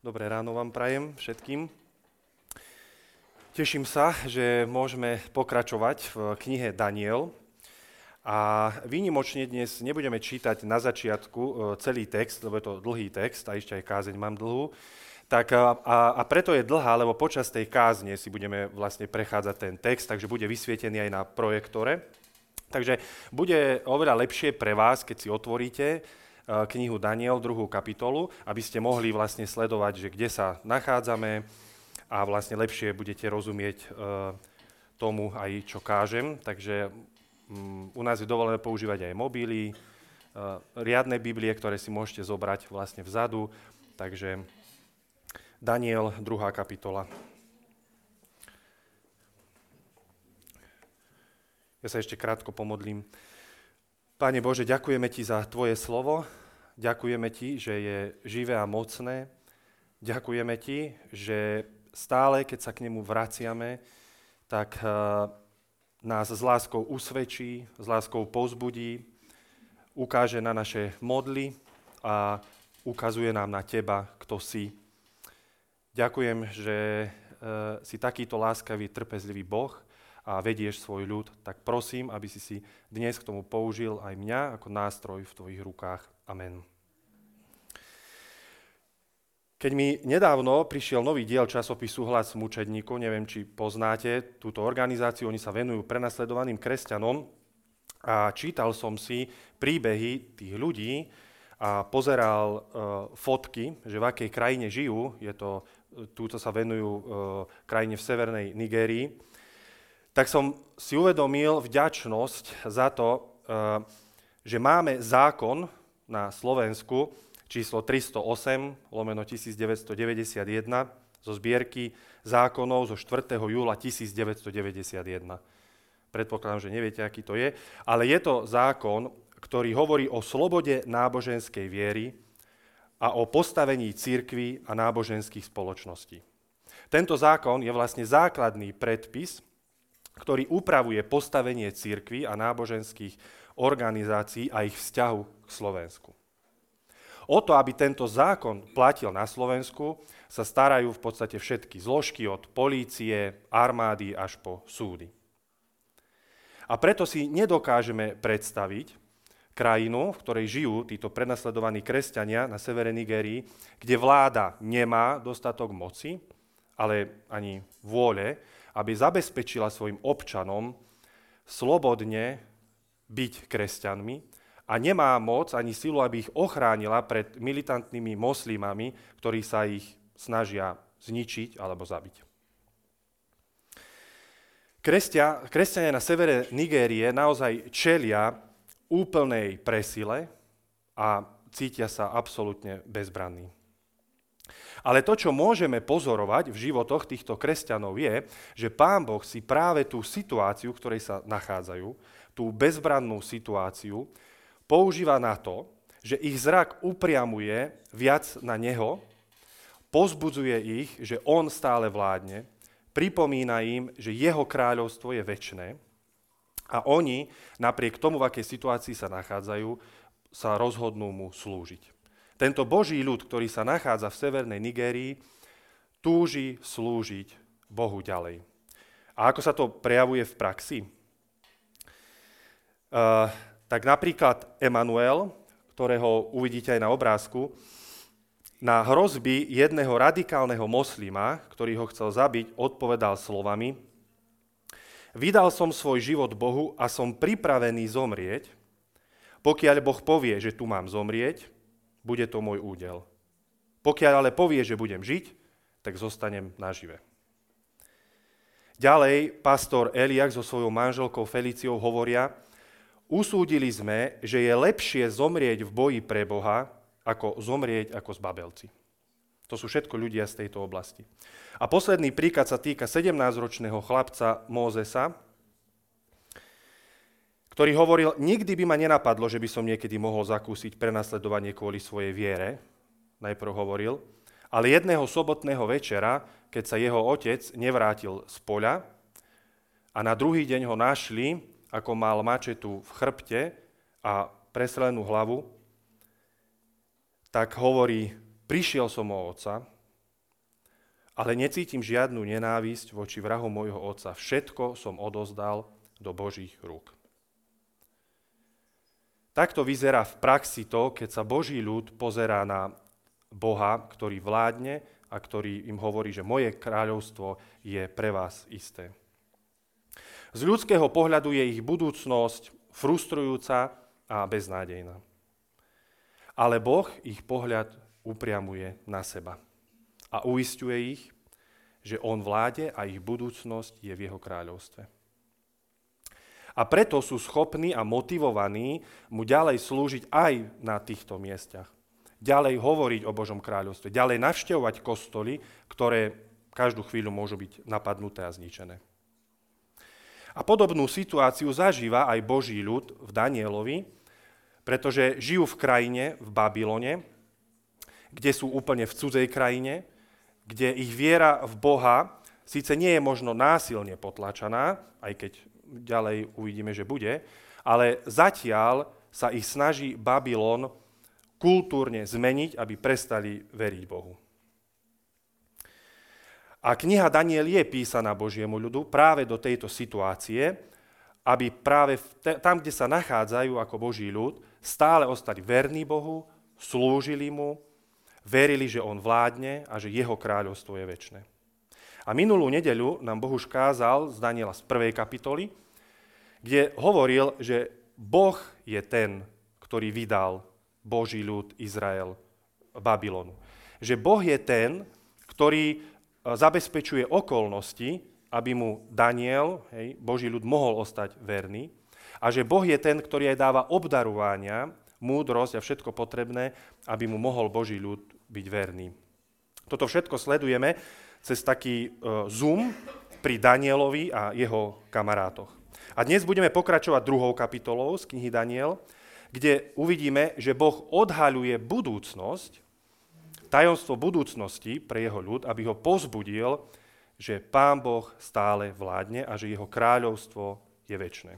Dobré ráno vám prajem všetkým. Teším sa, že môžeme pokračovať v knihe Daniel. A výnimočne dnes nebudeme čítať na začiatku celý text, lebo je to dlhý text, a ešte aj kázeň mám dlhú. A preto je dlhá, lebo počas tej kázne si budeme vlastne prechádzať ten text, takže bude vysvietený aj na projektore. Takže bude oveľa lepšie pre vás, keď si otvoríte knihu Daniel, 2. kapitolu, aby ste mohli vlastne sledovať, že kde sa nachádzame a vlastne lepšie budete rozumieť tomu aj, čo kážem. Takže u nás je dovolené používať aj mobily, riadne Biblie, ktoré si môžete zobrať vlastne vzadu. Takže Daniel, 2. kapitola. Ja sa ešte krátko pomodlím. Pane Bože, ďakujeme Ti za Tvoje slovo, ďakujeme Ti, že je živé a mocné, ďakujeme Ti, že stále, keď sa k nemu vraciame, tak nás s láskou usvedčí, s láskou povzbudí, ukáže na naše modly a ukazuje nám na Teba, kto si. Ďakujem, že si takýto láskavý, trpezlivý Boh, a vedieš svoj ľud, tak prosím, aby si dnes k tomu použil aj mňa ako nástroj v tvojich rukách. Amen. Keď mi nedávno prišiel nový diel časopisu Hlas mučedníkov, neviem, či poznáte túto organizáciu, oni sa venujú prenasledovaným kresťanom a čítal som si príbehy tých ľudí a pozeral fotky, že v akej krajine žijú, túto sa venujú krajine v severnej Nigérii, tak som si uvedomil vďačnosť za to, že máme zákon na Slovensku číslo 308/1991 zo zbierky zákonov zo 4. júla 1991. Predpokladám, že neviete, aký to je, ale je to zákon, ktorý hovorí o slobode náboženskej viery a o postavení cirkví a náboženských spoločností. Tento zákon je vlastne základný predpis, ktorý upravuje postavenie cirkví a náboženských organizácií a ich vzťahu k Slovensku. O to, aby tento zákon platil na Slovensku, sa starajú v podstate všetky zložky od polície, armády až po súdy. A preto si nedokážeme predstaviť krajinu, v ktorej žijú títo prenasledovaní kresťania na severe Nigérii, kde vláda nemá dostatok moci, ale ani vôle, aby zabezpečila svojim občanom slobodne byť kresťanmi a nemá moc ani silu, aby ich ochránila pred militantnými moslimami, ktorí sa ich snažia zničiť alebo zabiť. Kresťania na severe Nigérie naozaj čelia úplnej presile a cítia sa absolútne bezbranní. Ale to, čo môžeme pozorovať v životoch týchto kresťanov je, že Pán Boh si práve tú situáciu, v ktorej sa nachádzajú, tú bezbrannú situáciu, používa na to, že ich zrak upriamuje viac na Neho, pozbudzuje ich, že On stále vládne, pripomína im, že Jeho kráľovstvo je večné a oni, napriek tomu, v akej situácii sa nachádzajú, sa rozhodnú mu slúžiť. Tento Boží ľud, ktorý sa nachádza v severnej Nigérii, túži slúžiť Bohu ďalej. A ako sa to prejavuje v praxi? Tak napríklad Emanuel, ktorého uvidíte aj na obrázku, na hrozby jedného radikálneho moslima, ktorý ho chcel zabiť, odpovedal slovami: Vydal som svoj život Bohu a som pripravený zomrieť. Pokiaľ Boh povie, že tu mám zomrieť, bude to môj údel. Pokiaľ ale povie, že budem žiť, tak zostanem nažive. Ďalej, pastor Eliak so svojou manželkou Feliciou hovoria: Usúdili sme, že je lepšie zomrieť v boji pre Boha, ako zomrieť ako zbabelci. To sú všetko ľudia z tejto oblasti. A posledný príklad sa týka 17-ročného chlapca Mózesa, ktorý hovoril: Nikdy by ma nenapadlo, že by som niekedy mohol zakúsiť prenasledovanie kvôli svojej viere, najprv hovoril, ale jedného sobotného večera, keď sa jeho otec nevrátil z poľa a na druhý deň ho našli, ako mal mačetu v chrbte a preslenú hlavu, tak hovorí: Prišiel som o otca, ale necítim žiadnu nenávisť voči vrahom môjho otca. Všetko som odozdal do Božích rúk. Takto vyzerá v praxi to, keď sa Boží ľud pozerá na Boha, ktorý vládne a ktorý im hovorí, že moje kráľovstvo je pre vás isté. Z ľudského pohľadu je ich budúcnosť frustrujúca a beznádejná. Ale Boh ich pohľad upriamuje na seba a uisťuje ich, že on vláde a ich budúcnosť je v jeho kráľovstve. A preto sú schopní a motivovaní mu ďalej slúžiť aj na týchto miestach. Ďalej hovoriť o Božom kráľovstve, ďalej navštevovať kostoly, ktoré každú chvíľu môžu byť napadnuté a zničené. A podobnú situáciu zažíva aj Boží ľud v Danielovi, pretože žijú v krajine, v Babylone, kde sú úplne v cudzej krajine, kde ich viera v Boha síce nie je možno násilne potlačaná, aj keď ďalej uvidíme, že bude, ale zatiaľ sa ich snaží Babylon kultúrne zmeniť, aby prestali veriť Bohu. A kniha Daniel je písaná Božiemu ľudu práve do tejto situácie, aby práve tam, kde sa nachádzajú ako Boží ľud, stále ostali verní Bohu, slúžili mu, verili, že on vládne a že jeho kráľovstvo je večné. A minulú nedeľu nám Bohuš kázal z Daniela z 1. kapitoly, kde hovoril, že Boh je ten, ktorý vydal Boží ľud Izrael Babylonu. Že Boh je ten, ktorý zabezpečuje okolnosti, aby mu Daniel, Boží ľud, mohol ostať verný. A že Boh je ten, ktorý aj dáva obdarovania, múdrosť a všetko potrebné, aby mu mohol Boží ľud byť verný. Toto všetko sledujeme cez taký zoom pri Danielovi a jeho kamarátoch. A dnes budeme pokračovať 2. kapitolou z knihy Daniel, kde uvidíme, že Boh odhaľuje budúcnosť, tajomstvo budúcnosti pre jeho ľud, aby ho povzbudil, že Pán Boh stále vládne a že jeho kráľovstvo je večné.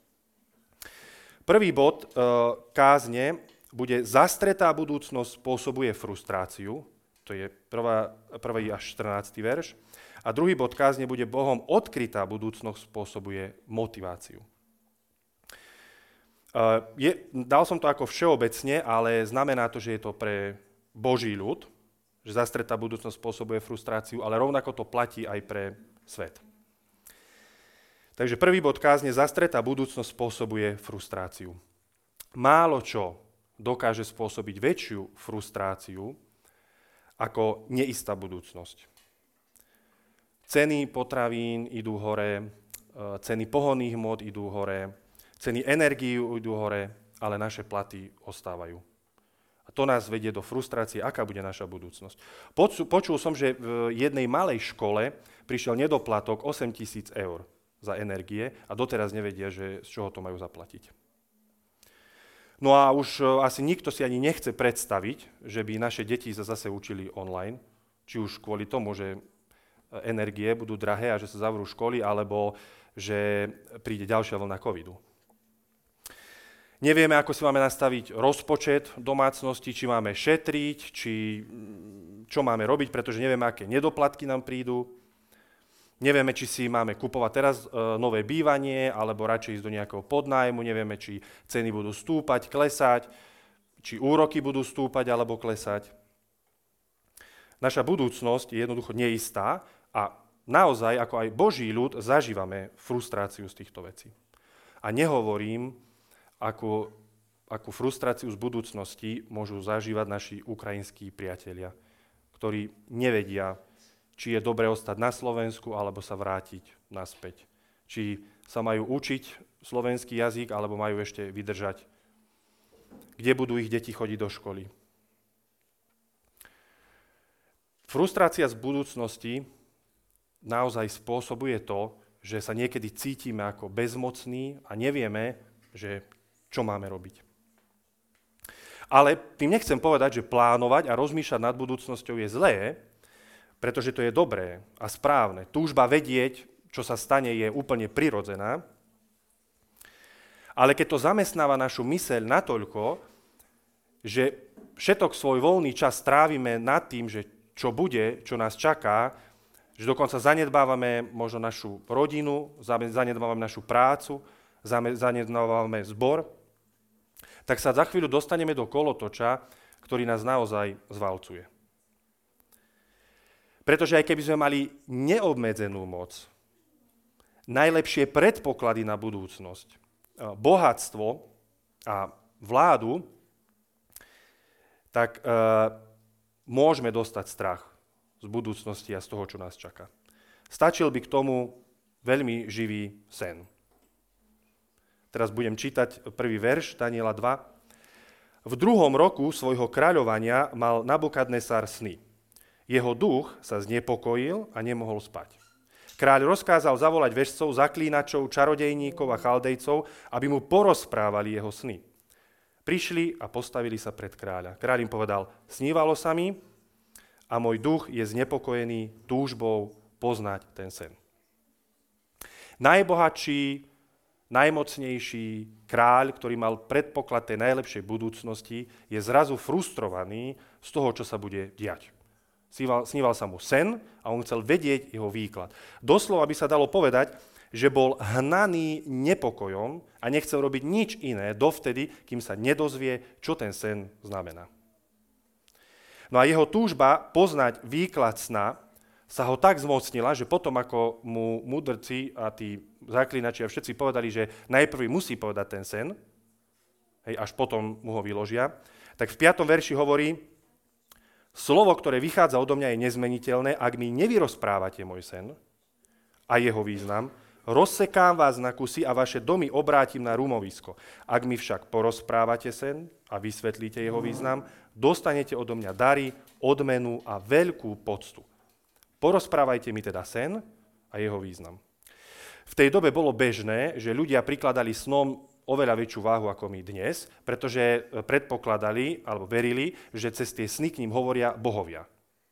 Prvý bod kázne bude zastretá budúcnosť spôsobuje frustráciu, to je 1. až 14. verš, a druhý bod kázne bude Bohom odkrytá budúcnosť spôsobuje motiváciu. Dal som to ako všeobecne, ale znamená to, že je to pre Boží ľud, že zastretá budúcnosť spôsobuje frustráciu, ale rovnako to platí aj pre svet. Takže prvý bod kázne zastretá budúcnosť spôsobuje frustráciu. Málo čo dokáže spôsobiť väčšiu frustráciu ako neistá budúcnosť. Ceny potravín idú hore, ceny pohonných hmôt idú hore, ceny energií idú hore, ale naše platy ostávajú. A to nás vedie do frustrácie, aká bude naša budúcnosť. Počul som, že v jednej malej škole prišiel nedoplatok 8 000 eur za energie a doteraz nevedia, že z čoho to majú zaplatiť. No a už asi nikto si ani nechce predstaviť, že by naše deti sa zase učili online, či už kvôli tomu, že energie budú drahé a že sa zavrú školy, alebo že príde ďalšia vlna covidu. Nevieme, ako si máme nastaviť rozpočet domácnosti, či máme šetriť, či čo máme robiť, pretože nevieme, aké nedoplatky nám prídu. Nevieme, či si máme kupovať teraz nové bývanie, alebo radšej ísť do nejakého podnájmu. Nevieme, či ceny budú stúpať, klesať, či úroky budú stúpať alebo klesať. Naša budúcnosť je jednoducho neistá a naozaj, ako aj Boží ľud, zažívame frustráciu z týchto vecí. A nehovorím, akú frustráciu z budúcnosti môžu zažívať naši ukrajinskí priatelia, ktorí nevedia, či je dobre ostať na Slovensku, alebo sa vrátiť naspäť. Či sa majú učiť slovenský jazyk, alebo majú ešte vydržať. Kde budú ich deti chodiť do školy. Frustrácia z budúcnosti naozaj spôsobuje to, že sa niekedy cítime ako bezmocní a nevieme, že čo máme robiť. Ale tým nechcem povedať, že plánovať a rozmýšľať nad budúcnosťou je zlé, pretože to je dobré a správne. Túžba vedieť, čo sa stane, je úplne prirodzená. Ale keď to zamestnáva našu myseľ natoľko, že všetok svoj voľný čas trávime nad tým, že čo bude, čo nás čaká, že dokonca zanedbávame možno našu rodinu, zanedbávame našu prácu, zanedbávame zbor, tak sa za chvíľu dostaneme do kolotoča, ktorý nás naozaj zvalcuje. Pretože aj keby sme mali neobmedzenú moc, najlepšie predpoklady na budúcnosť, bohatstvo a vládu, tak môžeme dostať strach z budúcnosti a z toho, čo nás čaká. Stačil by k tomu veľmi živý sen. Teraz budem čítať prvý verš Daniela 2. V 2. roku svojho kráľovania mal Nabukadnesar sny. Jeho duch sa znepokojil a nemohol spať. Kráľ rozkázal zavolať vešcov, zaklínačov, čarodejníkov a chaldejcov, aby mu porozprávali jeho sny. Prišli a postavili sa pred kráľa. Kráľ im povedal, snívalo sa mi a môj duch je znepokojený túžbou poznať ten sen. Najbohatší, najmocnejší kráľ, ktorý mal predpoklad tej najlepšej budúcnosti, je zrazu frustrovaný z toho, čo sa bude diať. Sníval sa mu sen a on chcel vedieť jeho výklad. Doslova by sa dalo povedať, že bol hnaný nepokojom a nechcel robiť nič iné dovtedy, kým sa nedozvie, čo ten sen znamená. No a jeho túžba poznať výklad sna sa ho tak zmocnila, že potom, ako mu mudrci a tí zaklínači a všetci povedali, že najprv musí povedať ten sen, až potom mu ho vyložia, tak v 5. verši hovorí, slovo, ktoré vychádza odo mňa, je nezmeniteľné, ak mi nevyrozprávate môj sen a jeho význam, rozsekám vás na kusy a vaše domy obrátim na rumovisko. Ak mi však porozprávate sen a vysvetlíte jeho význam, dostanete odo mňa dary, odmenu a veľkú poctu. Porozprávajte mi teda sen a jeho význam. V tej dobe bolo bežné, že ľudia prikladali snom oveľa väčšiu váhu ako my dnes, pretože predpokladali alebo verili, že cez tie sny k ním hovoria bohovia.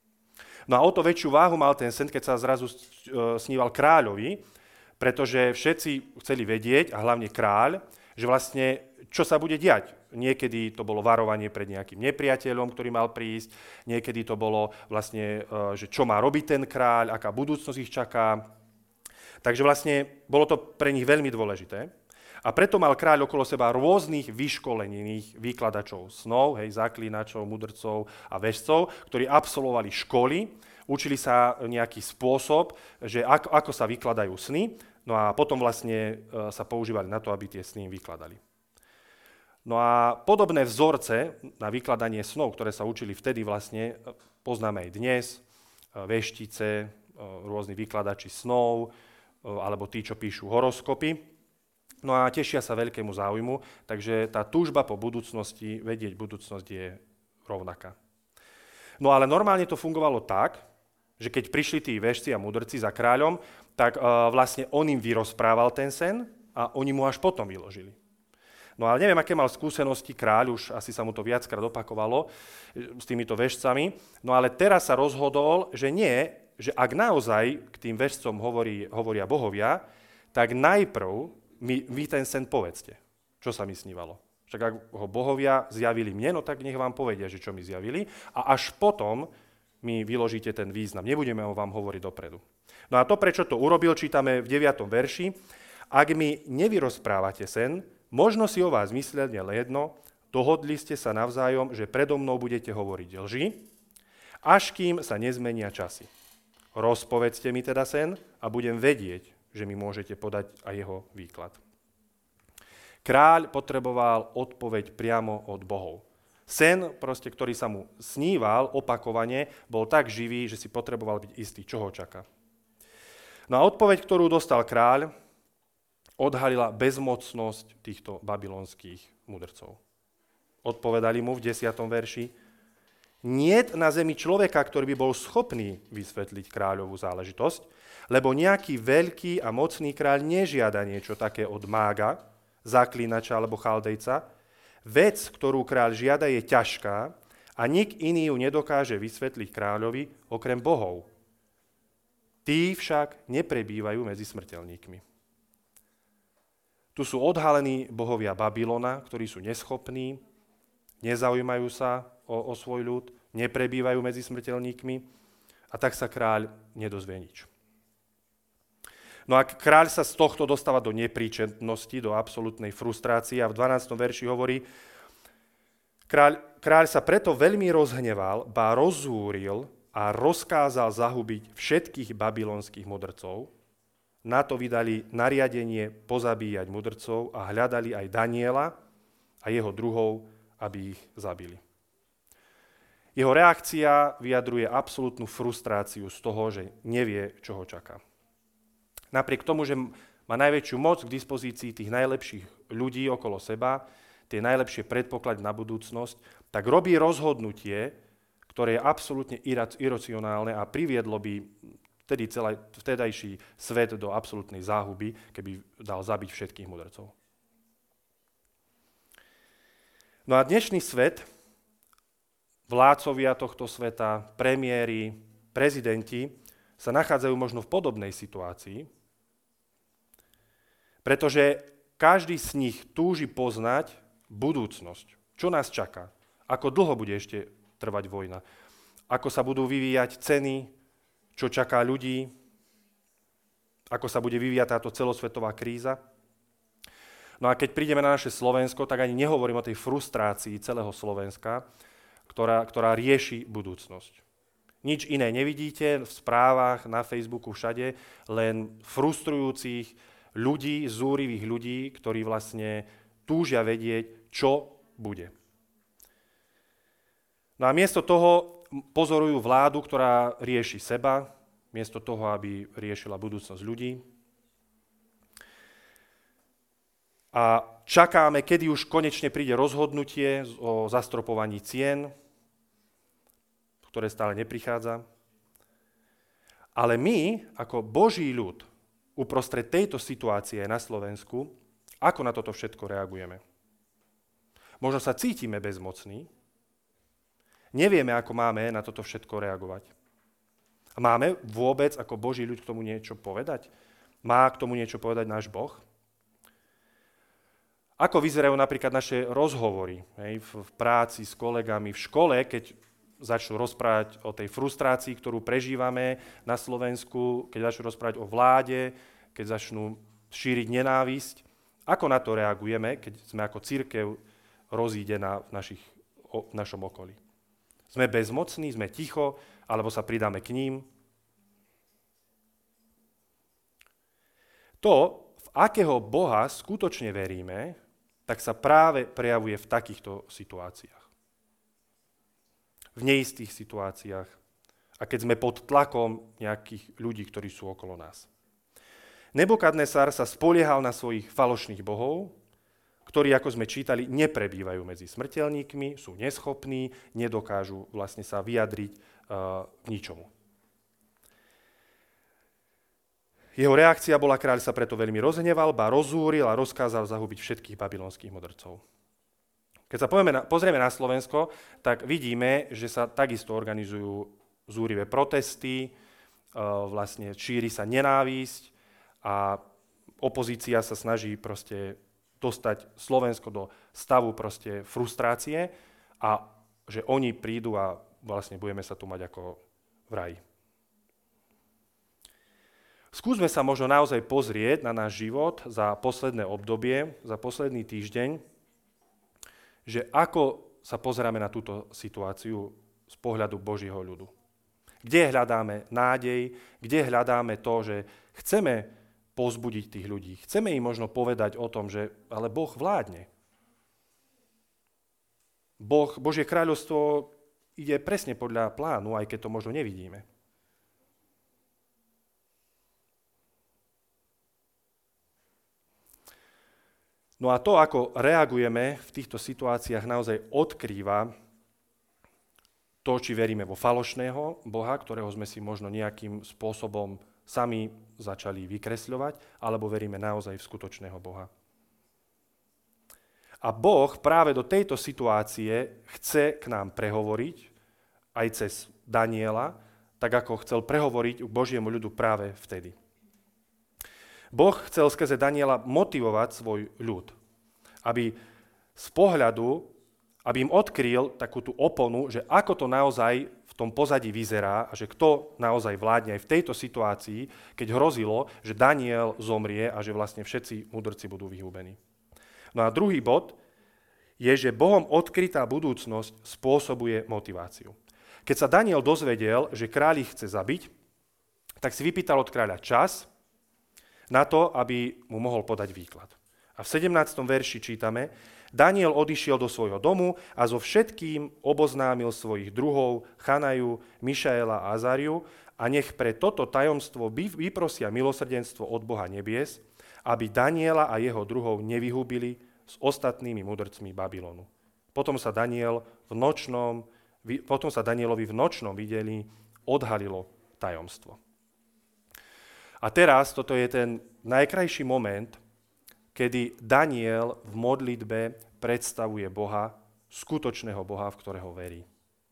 No a o to väčšiu váhu mal ten sen, keď sa zrazu sníval kráľovi, pretože všetci chceli vedieť, a hlavne kráľ, že vlastne čo sa bude diať. Niekedy to bolo varovanie pred nejakým nepriateľom, ktorý mal prísť, niekedy to bolo vlastne, že čo má robiť ten kráľ, aká budúcnosť ich čaká. Takže vlastne bolo to pre nich veľmi dôležité. A preto mal kráľ okolo seba rôznych vyškolených výkladačov snov, zaklínačov, mudrcov a vešcov, ktorí absolvovali školy, učili sa nejaký spôsob, že ako sa vykladajú sny, no a potom vlastne sa používali na to, aby tie sny vykladali. No a podobné vzorce na vykladanie snov, ktoré sa učili vtedy, vlastne poznáme aj dnes, veštice, rôzni vykladači snov, alebo tí, čo píšu horoskopy. No a tešia sa veľkému záujmu, takže tá túžba po budúcnosti, vedieť budúcnosť je rovnaká. No ale normálne to fungovalo tak, že keď prišli tí vešci a mudrci za kráľom, tak vlastne on im vyrozprával ten sen a oni mu až potom vyložili. No ale neviem, aké mal skúsenosti kráľ, už asi sa mu to viackrát opakovalo s týmito vešcami, no ale teraz sa rozhodol, že nie, že ak naozaj k tým vešcom hovoria bohovia, tak najprv vy ten sen povedzte, čo sa mi snívalo. Však ak ho bohovia zjavili mne, no tak nech vám povedia, že čo mi zjavili a až potom mi vyložíte ten význam. Nebudeme o vám hovoriť dopredu. No a to, prečo to urobil, čítame v 9. verši. Ak mi nevyrozprávate sen, možno si o vás myslieť len jedno, dohodli ste sa navzájom, že predo mnou budete hovoriť lži, až kým sa nezmenia časy. Rozpovedzte mi teda sen a budem vedieť, že mi môžete podať aj jeho výklad. Kráľ potreboval odpoveď priamo od bohov. Sen, ktorý sa mu sníval opakovane, bol tak živý, že si potreboval byť istý, čo ho čaká. No a odpoveď, ktorú dostal kráľ, odhalila bezmocnosť týchto babylonských mudrcov. Odpovedali mu v 10. verši, niet na zemi človeka, ktorý by bol schopný vysvetliť kráľovú záležitosť, lebo nejaký veľký a mocný kráľ nežiada niečo také od mága, zaklínača alebo chaldejca. Vec, ktorú kráľ žiada, je ťažká a nik iný ju nedokáže vysvetliť kráľovi okrem bohov. Tí však neprebývajú medzi smrteľníkmi. Tu sú odhalení bohovia Babylona, ktorí sú neschopní, nezaujímajú sa o svoj ľud, neprebývajú medzi smrteľníkmi a tak sa kráľ nedozvie nič. No a kráľ sa z tohto dostáva do nepríčetnosti, do absolútnej frustrácie a v 12. verši hovorí: Kráľ sa preto veľmi rozhneval, ba rozzúril a rozkázal zahubiť všetkých babylonských mudrcov. Na to vydali nariadenie pozabíjať mudrcov a hľadali aj Daniela a jeho druhov, aby ich zabili. Jeho reakcia vyjadruje absolútnu frustráciu z toho, že nevie, čo ho čaká. Napriek tomu, že má najväčšiu moc k dispozícii tých najlepších ľudí okolo seba, tie najlepšie predpoklady na budúcnosť, tak robí rozhodnutie, ktoré je absolútne iracionálne a priviedlo by vtedajší svet do absolútnej záhuby, keby dal zabiť všetkých mudrcov. No a dnešný svet, vládcovia tohto sveta, premiéri, prezidenti sa nachádzajú možno v podobnej situácii, pretože každý z nich túži poznať budúcnosť. Čo nás čaká? Ako dlho bude ešte trvať vojna? Ako sa budú vyvíjať ceny? Čo čaká ľudí? Ako sa bude vyvíjať táto celosvetová kríza? No a keď prídeme na naše Slovensko, tak ani nehovorím o tej frustrácii celého Slovenska, ktorá rieši budúcnosť. Nič iné nevidíte v správach, na Facebooku, všade, len frustrujúcich ľudí, zúrivých ľudí, ktorí vlastne túžia vedieť, čo bude. No a miesto toho pozorujú vládu, ktorá rieši seba, miesto toho, aby riešila budúcnosť ľudí. A čakáme, kedy už konečne príde rozhodnutie o zastropovaní cien, ktoré stále neprichádza. Ale my, ako Boží ľud, uprostred tejto situácie na Slovensku, ako na toto všetko reagujeme? Možno sa cítime bezmocní, nevieme, ako máme na toto všetko reagovať. A máme vôbec ako Boží ľud k tomu niečo povedať? Má k tomu niečo povedať náš Boh? Ako vyzerajú napríklad naše rozhovory v práci s kolegami, v škole, keď začnú rozprávať o tej frustrácii, ktorú prežívame na Slovensku, keď začnú rozprávať o vláde, keď začnú šíriť nenávisť. Ako na to reagujeme, keď sme ako cirkev rozídená v našom okolí? Sme bezmocní, sme ticho, alebo sa pridáme k ním? To, v akého Boha skutočne veríme, tak sa práve prejavuje v takýchto situáciách. V neistých situáciách a keď sme pod tlakom nejakých ľudí, ktorí sú okolo nás. Nebukadnesar sa spoliehal na svojich falošných bohov, ktorí, ako sme čítali, neprebývajú medzi smrteľníkmi, sú neschopní, nedokážu vlastne sa vyjadriť k ničomu. Jeho reakcia bola: kráľ sa preto veľmi rozhneval, ba rozúril a rozkázal zahubiť všetkých babylonských mudrcov. Keď sa pozrieme na Slovensko, tak vidíme, že sa takisto organizujú zúrivé protesty, vlastne šíri sa nenávisť a opozícia sa snaží proste dostať Slovensko do stavu proste frustrácie a že oni prídu a vlastne budeme sa tu mať ako v raji. Skúsme sa možno naozaj pozrieť na náš život za posledné obdobie, za posledný týždeň, že ako sa pozeráme na túto situáciu z pohľadu Božieho ľudu. Kde hľadáme nádej, kde hľadáme to, že chceme povzbudiť tých ľudí. Chceme im možno povedať o tom, že ale Boh vládne. Božie kráľovstvo ide presne podľa plánu, aj keď to možno nevidíme. No a to, ako reagujeme v týchto situáciách, naozaj odkrýva to, či veríme vo falošného Boha, ktorého sme si možno nejakým spôsobom sami začali vykresľovať, alebo veríme naozaj v skutočného Boha. A Boh práve do tejto situácie chce k nám prehovoriť, aj cez Daniela, tak ako chcel prehovoriť k Božiemu ľudu práve vtedy. Boh chcel skrze Daniela motivovať svoj ľud, aby z pohľadu aby im odkryl takú tú oponu, že ako to naozaj v tom pozadí vyzerá a že kto naozaj vládne aj v tejto situácii, keď hrozilo, že Daniel zomrie a že vlastne všetci mudrci budú vyhúbení. No a druhý bod je, že Bohom odkrytá budúcnosť spôsobuje motiváciu. Keď sa Daniel dozvedel, že kráľ ich chce zabiť, tak si vypýtal od kráľa čas na to, aby mu mohol podať výklad. A v 17. verši čítame: Daniel odišiel do svojho domu a so všetkým oboznámil svojich druhov Chanaju, Mišaela a Azariu a nech pre toto tajomstvo vyprosia milosrdenstvo od Boha nebies, aby Daniela a jeho druhov nevyhubili s ostatnými mudrcmi Babylonu. Potom sa Danielovi v nočnom videní odhalilo tajomstvo. A teraz toto je ten najkrajší moment, kedy Daniel v modlitbe predstavuje Boha, skutočného Boha, v ktorého verí.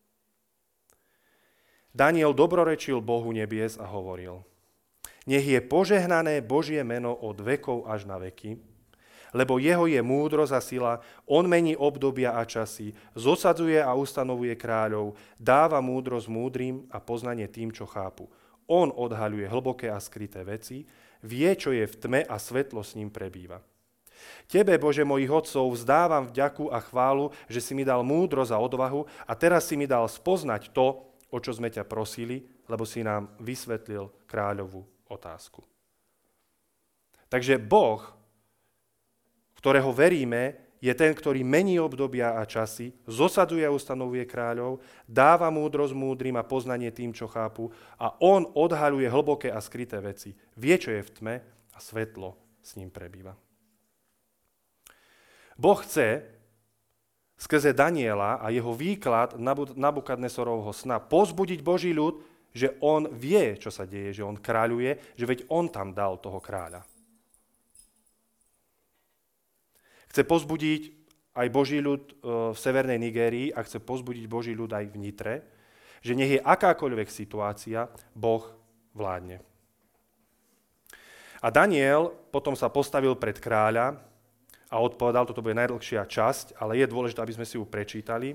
Daniel dobrorečil Bohu nebies a hovoril: Nech je požehnané Božie meno od vekov až na veky, lebo jeho je múdrosť a sila, on mení obdobia a časy, zosadzuje a ustanovuje kráľov, dáva múdrosť múdrym a poznanie tým, čo chápu. On odhaľuje hlboké a skryté veci, vie, čo je v tme a svetlo s ním prebýva. Tebe, Bože mojich otcov, vzdávam vďaku a chválu, že si mi dal múdrosť a odvahu a teraz si mi dal spoznať to, o čo sme ťa prosili, lebo si nám vysvetlil kráľovú otázku. Takže Boh, v ktorého veríme, je ten, ktorý mení obdobia a časy, zosadzuje a ustanovuje kráľov, dáva múdrosť múdrym a poznanie tým, čo chápu, a on odhaľuje hlboké a skryté veci. Vie, čo je v tme a svetlo s ním prebýva. Boh chce skrze Daniela a jeho výklad Nabukadnesorovho sna pozbudiť Boží ľud, že on vie, čo sa deje, že on kráľuje, že veď on tam dal toho kráľa. Chce pozbudiť aj Boží ľud v severnej Nigérii a chce pozbudiť Boží ľud aj v Nitre, že nech je akákoľvek situácia, Boh vládne. A Daniel potom sa postavil pred kráľa a odpovedal, toto bude najdlhšia časť, ale je dôležité, aby sme si ju prečítali.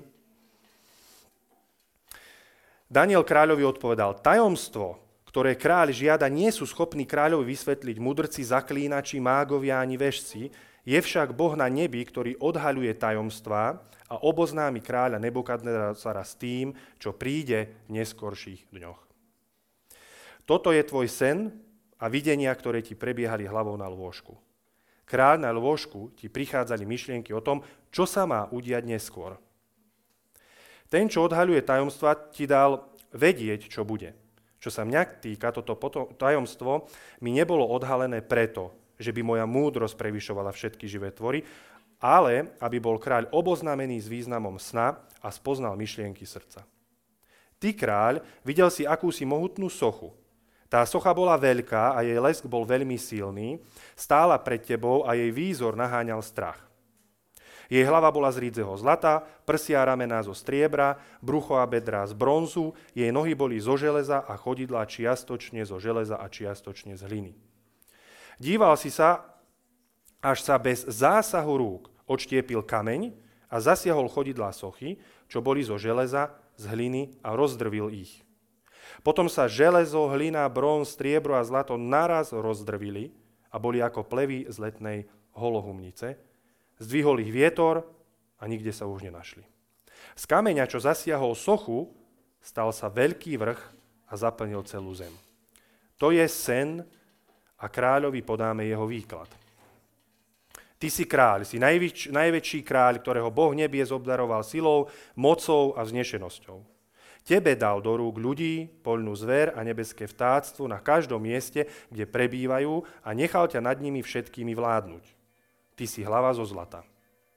Daniel kráľovi odpovedal: Tajomstvo, ktoré kráľ žiada, nie sú schopní kráľovi vysvetliť mudrci, zaklínači, mágovia ani vešci, je však Boh na nebi, ktorý odhaľuje tajomstvá a oboznámi kráľa Nebukadnezara s tým, čo príde v neskorších dňoch. Toto je tvoj sen a videnia, ktoré ti prebiehali hlavou na lôžku. Kráľ na lôžku ti prichádzali myšlienky o tom, čo sa má udiať neskôr. Ten, čo odhaľuje tajomstva, ti dal vedieť, čo bude. Čo sa mňa týka, toto tajomstvo mi nebolo odhalené preto, že by moja múdrosť prevyšovala všetky živé tvory, ale aby bol kráľ oboznámený s významom sna a spoznal myšlienky srdca. Ty, kráľ, videl si akúsi mohutnú sochu. Tá socha bola veľká a jej lesk bol veľmi silný, stála pred tebou a jej výzor naháňal strach. Jej hlava bola z rídzeho zlata, prsia a ramená zo striebra, brucho a bedrá z bronzu, jej nohy boli zo železa a chodidlá čiastočne zo železa a čiastočne z hliny. Díval si sa, až sa bez zásahu rúk odštiepil kameň a zasiahol chodidlá sochy, čo boli zo železa, z hliny a rozdrvil ich. Potom sa železo, hlina, bronz, striebro a zlato naraz rozdrvili a boli ako plevy z letnej holohumnice. Zdvihol ich vietor a nikde sa už nenašli. Z kameňa, čo zasiahol sochu, stal sa veľký vrch a zaplnil celú zem. To je sen, a kráľovi podáme jeho výklad. Ty si kráľ, si najväčší kráľ, ktorého Boh nebies obdaroval silou, mocou a vznešenosťou. Tebe dal do rúk ľudí, poľnú zver a nebeské vtáctvo na každom mieste, kde prebývajú, a nechal ťa nad nimi všetkými vládnuť. Ty si hlava zo zlata.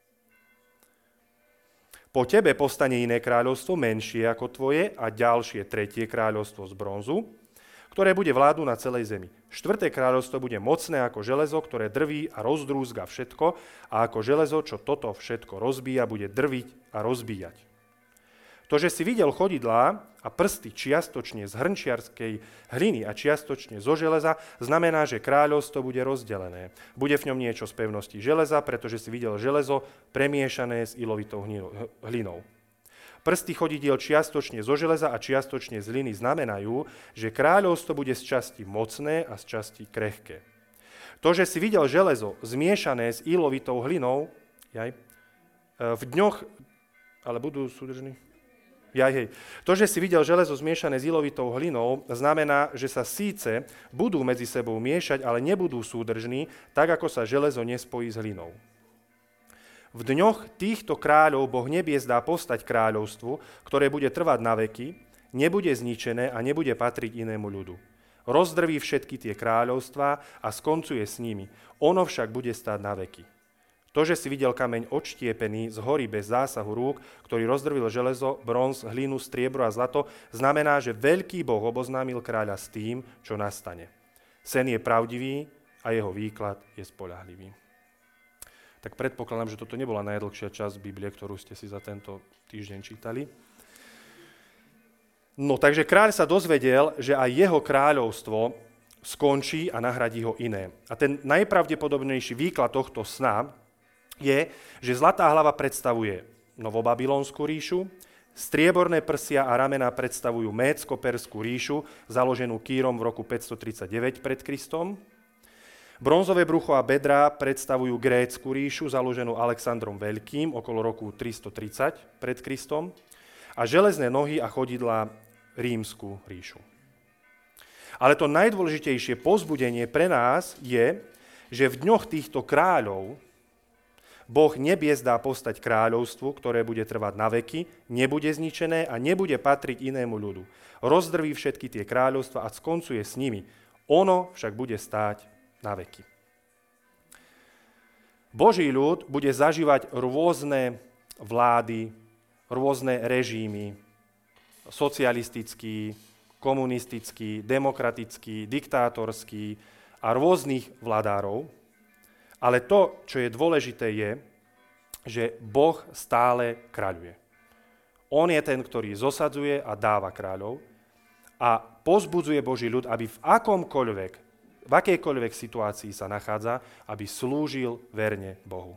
Po tebe povstane iné kráľovstvo, menšie ako tvoje, a ďalšie tretie kráľovstvo z bronzu, ktoré bude vládnuť na celej zemi. Štvrté kráľovstvo bude mocné ako železo, ktoré drví a rozdrúzga všetko, a ako železo, čo toto všetko rozbíja, bude drviť a rozbíjať. To, že si videl chodidlá a prsty čiastočne z hrnčiarskej hliny a čiastočne zo železa, znamená, že kráľovstvo bude rozdelené. Bude v ňom niečo z pevnosti železa, pretože si videl železo premiešané s ilovitou hlinou. Prsty chodidiel čiastočne zo železa a čiastočne z hliny znamenajú, že kráľovstvo bude z časti mocné a z časti krehké. To, že si videl železo zmiešané s ilovitou hlinou, v dňoch, ale budú súdržní? To, že si videl železo zmiešané s ilovitou hlinou, znamená, že sa síce budú medzi sebou miešať, ale nebudú súdržní, tak ako sa železo nespojí s hlinou. V dňoch týchto kráľov Boh nebies dá povstať kráľovstvu, ktoré bude trvať na veky, nebude zničené a nebude patriť inému ľudu. Rozdrví všetky tie kráľovstvá a skoncuje s nimi. Ono však bude stáť na veky. To, že si videl kameň odštiepený z hory bez zásahu rúk, ktorý rozdrvil železo, bronz, hlinu, striebro a zlato, znamená, že veľký Boh oboznámil kráľa s tým, čo nastane. Sen je pravdivý a jeho výklad je spoľahlivý. Tak predpokladám, že toto nebola najdlhšia časť Biblie, ktorú ste si za tento týždeň čítali. No, takže kráľ sa dozvedel, že aj jeho kráľovstvo skončí a nahradí ho iné. A ten najpravdepodobnejší výklad tohto sna je, že zlatá hlava predstavuje novobabylonskú ríšu, strieborné prsia a ramená predstavujú Médsko-Perskú ríšu, založenú Kýrom v roku 539 pred Kristom. Bronzové brucho a bedrá predstavujú Grécku ríšu, založenú Alexandrom Veľkým okolo roku 330 pred Kristom. A železné nohy a chodidlá Rímsku ríšu. Ale to najdôležitejšie povzbudenie pre nás je, že v dňoch týchto kráľov Boh nebies dá povstať kráľovstvu, ktoré bude trvať na veky, nebude zničené a nebude patriť inému ľudu. Rozdrví všetky tie kráľovstva a skoncuje s nimi. Ono však bude stáť na veky. Boží ľud bude zažívať rôzne vlády, rôzne režimy, socialistický, komunistický, demokratický, diktátorský a rôznych vladárov. Ale to, čo je dôležité, je, že Boh stále kráľuje. On je ten, ktorý zosadzuje a dáva kráľov a povzbudzuje Boží ľud, aby v akejkoľvek situácii sa nachádza, aby slúžil verne Bohu.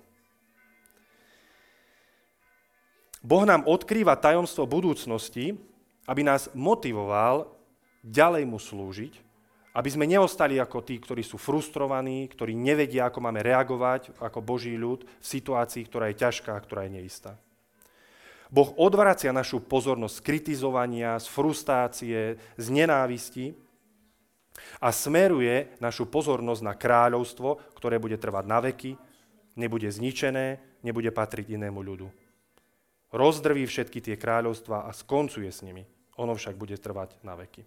Boh nám odkrýva tajomstvo budúcnosti, aby nás motivoval ďalej mu slúžiť, aby sme neostali ako tí, ktorí sú frustrovaní, ktorí nevedia, ako máme reagovať ako Boží ľud v situácii, ktorá je ťažká, ktorá je neistá. Boh odvracia našu pozornosť z kritizovania, z frustrácie, z nenávisti a smeruje našu pozornosť na kráľovstvo, ktoré bude trvať na veky, nebude zničené, nebude patriť inému ľudu. Rozdrví všetky tie kráľovstvá a skoncuje s nimi. Ono však bude trvať na veky.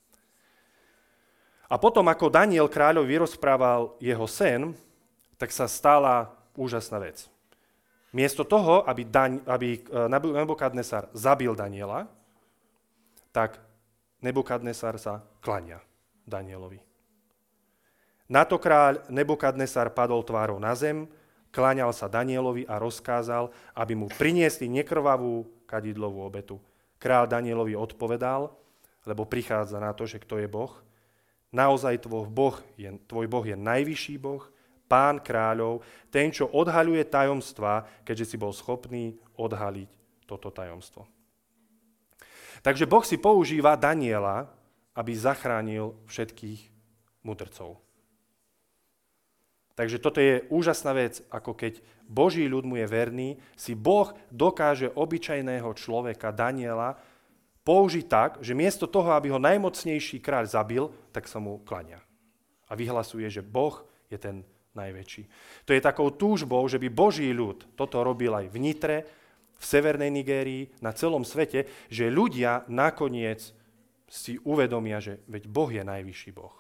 A potom, ako Daniel kráľovi vyrozprával jeho sen, tak sa stala úžasná vec. Miesto toho, aby Nebukadnesar zabil Daniela, tak Nebukadnesar sa kláňa Danielovi. Na to kráľ Nebukadnesar padol tvárou na zem, kláňal sa Danielovi a rozkázal, aby mu priniesli nekrvavú kadidlovú obetu. Kráľ Danielovi odpovedal, lebo prichádza na to, že kto je Boh. Naozaj tvoj Boh je najvyšší Boh, Pán kráľov, ten, čo odhaľuje tajomstvá, keďže si bol schopný odhaliť toto tajomstvo. Takže Boh si používa Daniela, aby zachránil všetkých mudrcov. Takže toto je úžasná vec, ako keď Boží ľud mu je verný, si Boh dokáže obyčajného človeka, Daniela, použiť tak, že miesto toho, aby ho najmocnejší kráľ zabil, tak sa mu kláňa. A vyhlasuje, že Boh je ten najväčší. To je takou túžbou, že by Boží ľud toto robil aj v Nitre, v Severnej Nigérii, na celom svete, že ľudia nakoniec si uvedomia, že veď Boh je najvyšší Boh.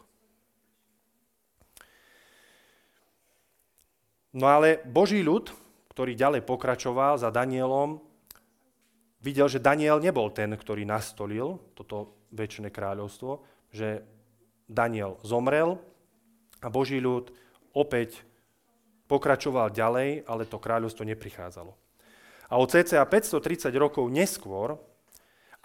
No ale Boží ľud, ktorý ďalej pokračoval za Danielom, videl, že Daniel nebol ten, ktorý nastolil toto večné kráľovstvo, že Daniel zomrel a Boží ľud opäť pokračoval ďalej, ale to kráľovstvo neprichádzalo. A o cca 530 rokov neskôr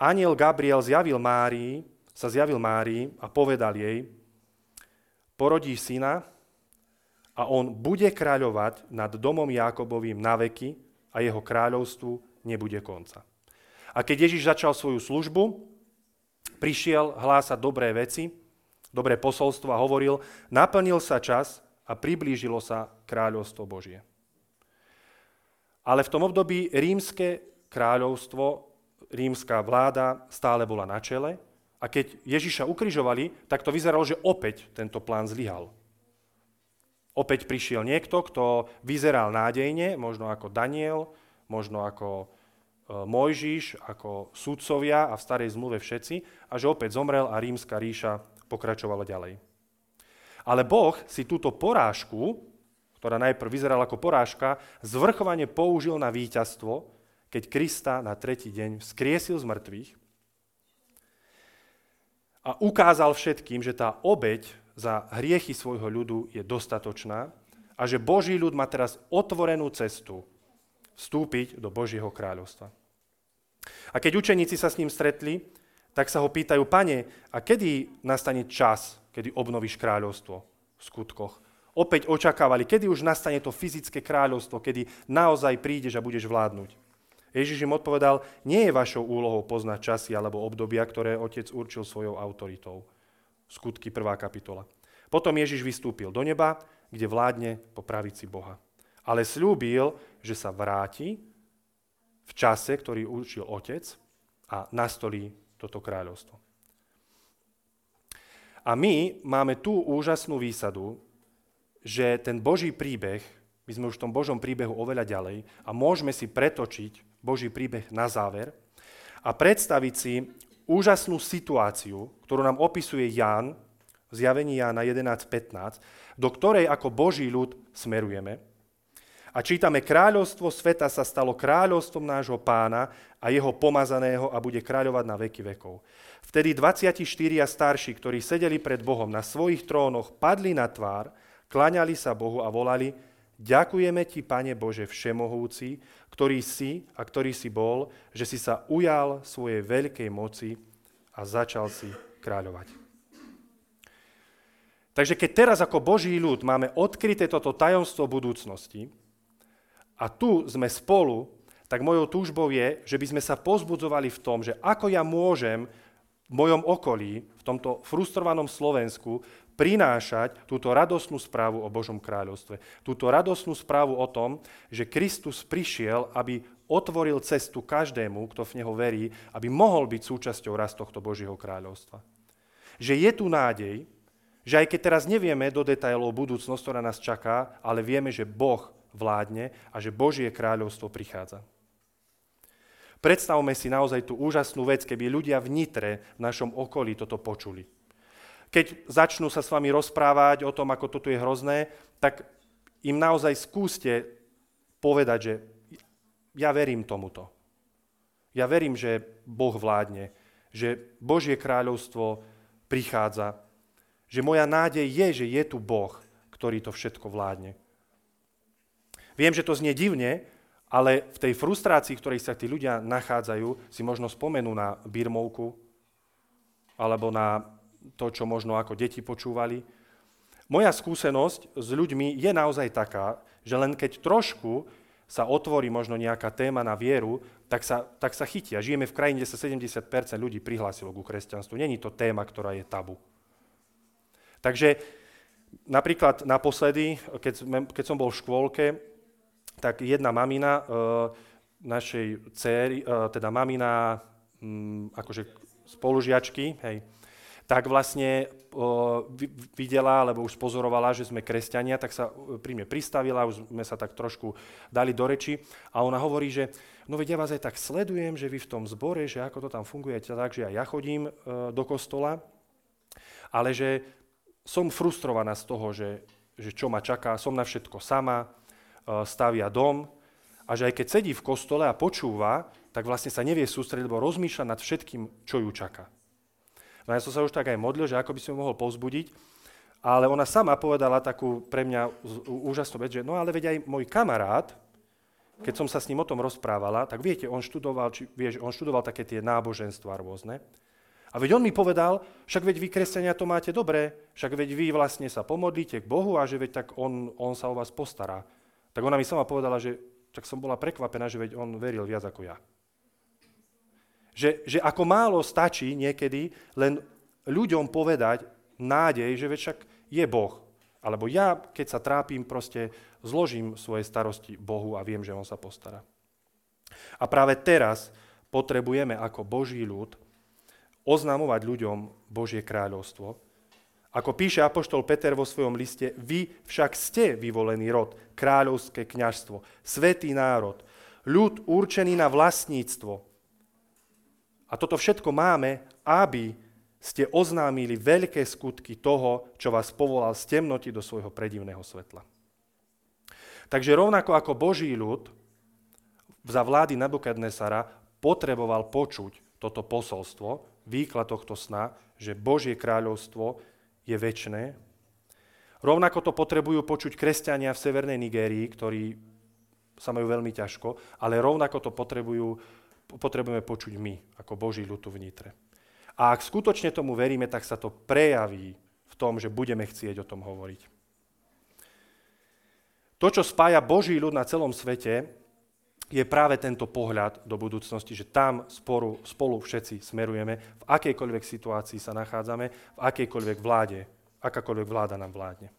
anjel Gabriel sa zjavil Márii a povedal jej, porodí syna a on bude kráľovať nad domom Jákobovým na veky a jeho kráľovstvu nebude konca. A keď Ježiš začal svoju službu, prišiel hlásať dobré veci, dobré posolstvo a hovoril, naplnil sa čas a priblížilo sa kráľovstvo Božie. Ale v tom období rímske kráľovstvo, rímska vláda stále bola na čele a keď Ježiša ukrižovali, tak to vyzeralo, že opäť tento plán zlyhal. Opäť prišiel niekto, kto vyzeral nádejne, možno ako Daniel, možno ako Mojžiš, ako sudcovia a v starej zmluve všetci, a že opäť zomrel a rímska ríša pokračovala ďalej. Ale Boh si túto porážku, ktorá najprv vyzerala ako porážka, zvrchovane použil na víťazstvo, keď Krista na tretí deň vzkriesil z mŕtvych a ukázal všetkým, že tá obeť za hriechy svojho ľudu je dostatočná a že Boží ľud má teraz otvorenú cestu vstúpiť do Božieho kráľovstva. A keď učeníci sa s ním stretli, tak sa ho pýtajú, Pane, a kedy nastane čas, kedy obnovíš kráľovstvo v skutkoch? Opäť očakávali, kedy už nastane to fyzické kráľovstvo, kedy naozaj prídeš a budeš vládnuť. Ježiš im odpovedal, nie je vašou úlohou poznať časy alebo obdobia, ktoré Otec určil svojou autoritou. Skutky 1. kapitola. Potom Ježiš vystúpil do neba, kde vládne po pravici Boha. Ale sľúbil, že sa vráti v čase, ktorý určil Otec a nastolí toto kráľovstvo. A my máme tú úžasnú výsadu, že ten Boží príbeh, my sme už v tom Božom príbehu oveľa ďalej a môžeme si pretočiť Boží príbeh na záver a predstaviť si úžasnú situáciu, ktorú nám opisuje Ján v zjavení Jána 11.15, do ktorej ako Boží ľud smerujeme. A čítame, kráľovstvo sveta sa stalo kráľovstvom nášho Pána a jeho pomazaného a bude kráľovať na veky vekov. Vtedy 24 starší, ktorí sedeli pred Bohom na svojich trónoch, padli na tvár, kláňali sa Bohu a volali, ďakujeme ti, Pane Bože všemohúci, ktorý si a ktorý si bol, že si sa ujal svojej veľkej moci a začal si kráľovať. Takže keď teraz ako Boží ľud máme odkryté toto tajomstvo budúcnosti a tu sme spolu, tak mojou túžbou je, že by sme sa pozbudzovali v tom, že ako ja môžem v mojom okolí, v tomto frustrovanom Slovensku, prinášať túto radosnú správu o Božom kráľovstve. Túto radosnú správu o tom, že Kristus prišiel, aby otvoril cestu každému, kto v Neho verí, aby mohol byť súčasťou raz tohto Božieho kráľovstva. Že je tu nádej, že aj keď teraz nevieme do detailov budúcnosť, ktorá nás čaká, ale vieme, že Boh vládne a že Božie kráľovstvo prichádza. Predstavme si naozaj tú úžasnú vec, keby ľudia v Nitre, v našom okolí toto počuli. Keď začnú sa s vami rozprávať o tom, ako toto je hrozné, tak im naozaj skúste povedať, že ja verím tomuto. Ja verím, že Boh vládne, že Božie kráľovstvo prichádza, že moja nádej je, že je tu Boh, ktorý to všetko vládne. Viem, že to znie divne, ale v tej frustrácii, v ktorej sa tí ľudia nachádzajú, si možno spomenú na birmovku alebo na to, čo možno ako deti počúvali. Moja skúsenosť s ľuďmi je naozaj taká, že len keď trošku sa otvorí možno nejaká téma na vieru, tak sa chytia. Žijeme v krajine, kde sa 70% ľudí prihlásilo ku kresťanstvu. Není to téma, ktorá je tabu. Takže napríklad naposledy, keď som bol v škôlke, tak jedna mamina našej dcery, teda mamina akože spolužiačky, hej, tak vlastne videla, alebo už pozorovala, že sme kresťania, tak sa pri mne pristavila, už sme sa tak trošku dali do reči a ona hovorí, že no veď ja vás aj tak sledujem, že vy v tom zbore, že ako to tam funguje, takže aj ja chodím do kostola, ale že som frustrovaná z toho, že čo ma čaká, som na všetko sama, stavia dom a že aj keď sedí v kostole a počúva, tak vlastne sa nevie sústrediť, lebo rozmýšľa nad všetkým, čo ju čaká. No ja som sa už tak aj modlil, že ako by som mohol povzbudiť, ale ona sama povedala takú pre mňa úžasnú vec, že no ale veď aj môj kamarát keď som sa s ním o tom rozprávala, tak viete, on študoval také tie náboženstvá rôzne. A veď on mi povedal, však veď vy, kresťania, to máte dobré, však veď vy vlastne sa pomodlíte k Bohu a že veď tak on sa o vás postará. Tak ona mi sama povedala, že tak som bola prekvapená, že veď on veril viac ako ja. Že ako málo stačí niekedy len ľuďom povedať nádej, že veď však je Boh. Alebo ja, keď sa trápim, proste zložím svoje starosti Bohu a viem, že on sa postará. A práve teraz potrebujeme ako Boží ľud oznamovať ľuďom Božie kráľovstvo. Ako píše apoštol Peter vo svojom liste, vy však ste vyvolený rod, kráľovské kňazstvo, svätý národ, ľud určený na vlastníctvo. A toto všetko máme, aby ste oznámili veľké skutky toho, čo vás povolal z temnoty do svojho predivného svetla. Takže rovnako ako Boží ľud za vlády Nabukadnesara potreboval počuť toto posolstvo, výklad tohto sna, že Božie kráľovstvo je večné. Rovnako to potrebujú počuť kresťania v severnej Nigérii, ktorí sa majú veľmi ťažko, ale rovnako to potrebujeme počuť my, ako Boží ľud tu v Nitre. A ak skutočne tomu veríme, tak sa to prejaví v tom, že budeme chcieť o tom hovoriť. To, čo spája Boží ľud na celom svete, je práve tento pohľad do budúcnosti, že tam spolu všetci smerujeme, v akejkoľvek situácii sa nachádzame, v akejkoľvek vláde, akákoľvek vláda nám vládne.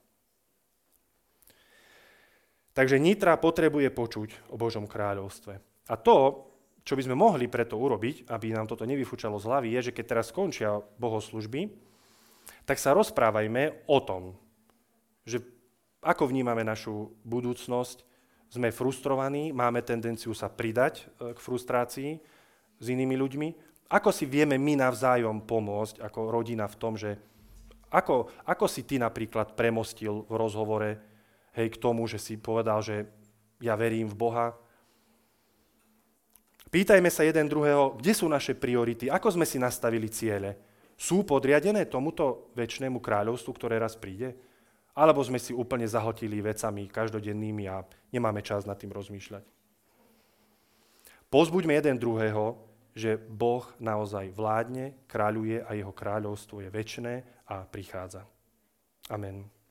Takže Nitra potrebuje počuť o Božom kráľovstve. A to, čo by sme mohli preto urobiť, aby nám toto nevyfúčalo z hlavy, je, že keď teraz skončia bohoslúžby, tak sa rozprávajme o tom, že ako vnímame našu budúcnosť. Sme frustrovaní, máme tendenciu sa pridať k frustrácii s inými ľuďmi. Ako si vieme my navzájom pomôcť ako rodina v tom, že ako si ty napríklad premostil v rozhovore k tomu, že si povedal, že ja verím v Boha. Pýtajme sa jeden druhého, kde sú naše priority, ako sme si nastavili ciele. Sú podriadené tomuto večnému kráľovstvu, ktoré raz príde? Alebo sme si úplne zahltili vecami každodennými a nemáme čas nad tým rozmýšľať. Povzbuďme jeden druhého, že Boh naozaj vládne, kráľuje a jeho kráľovstvo je večné a prichádza. Amen.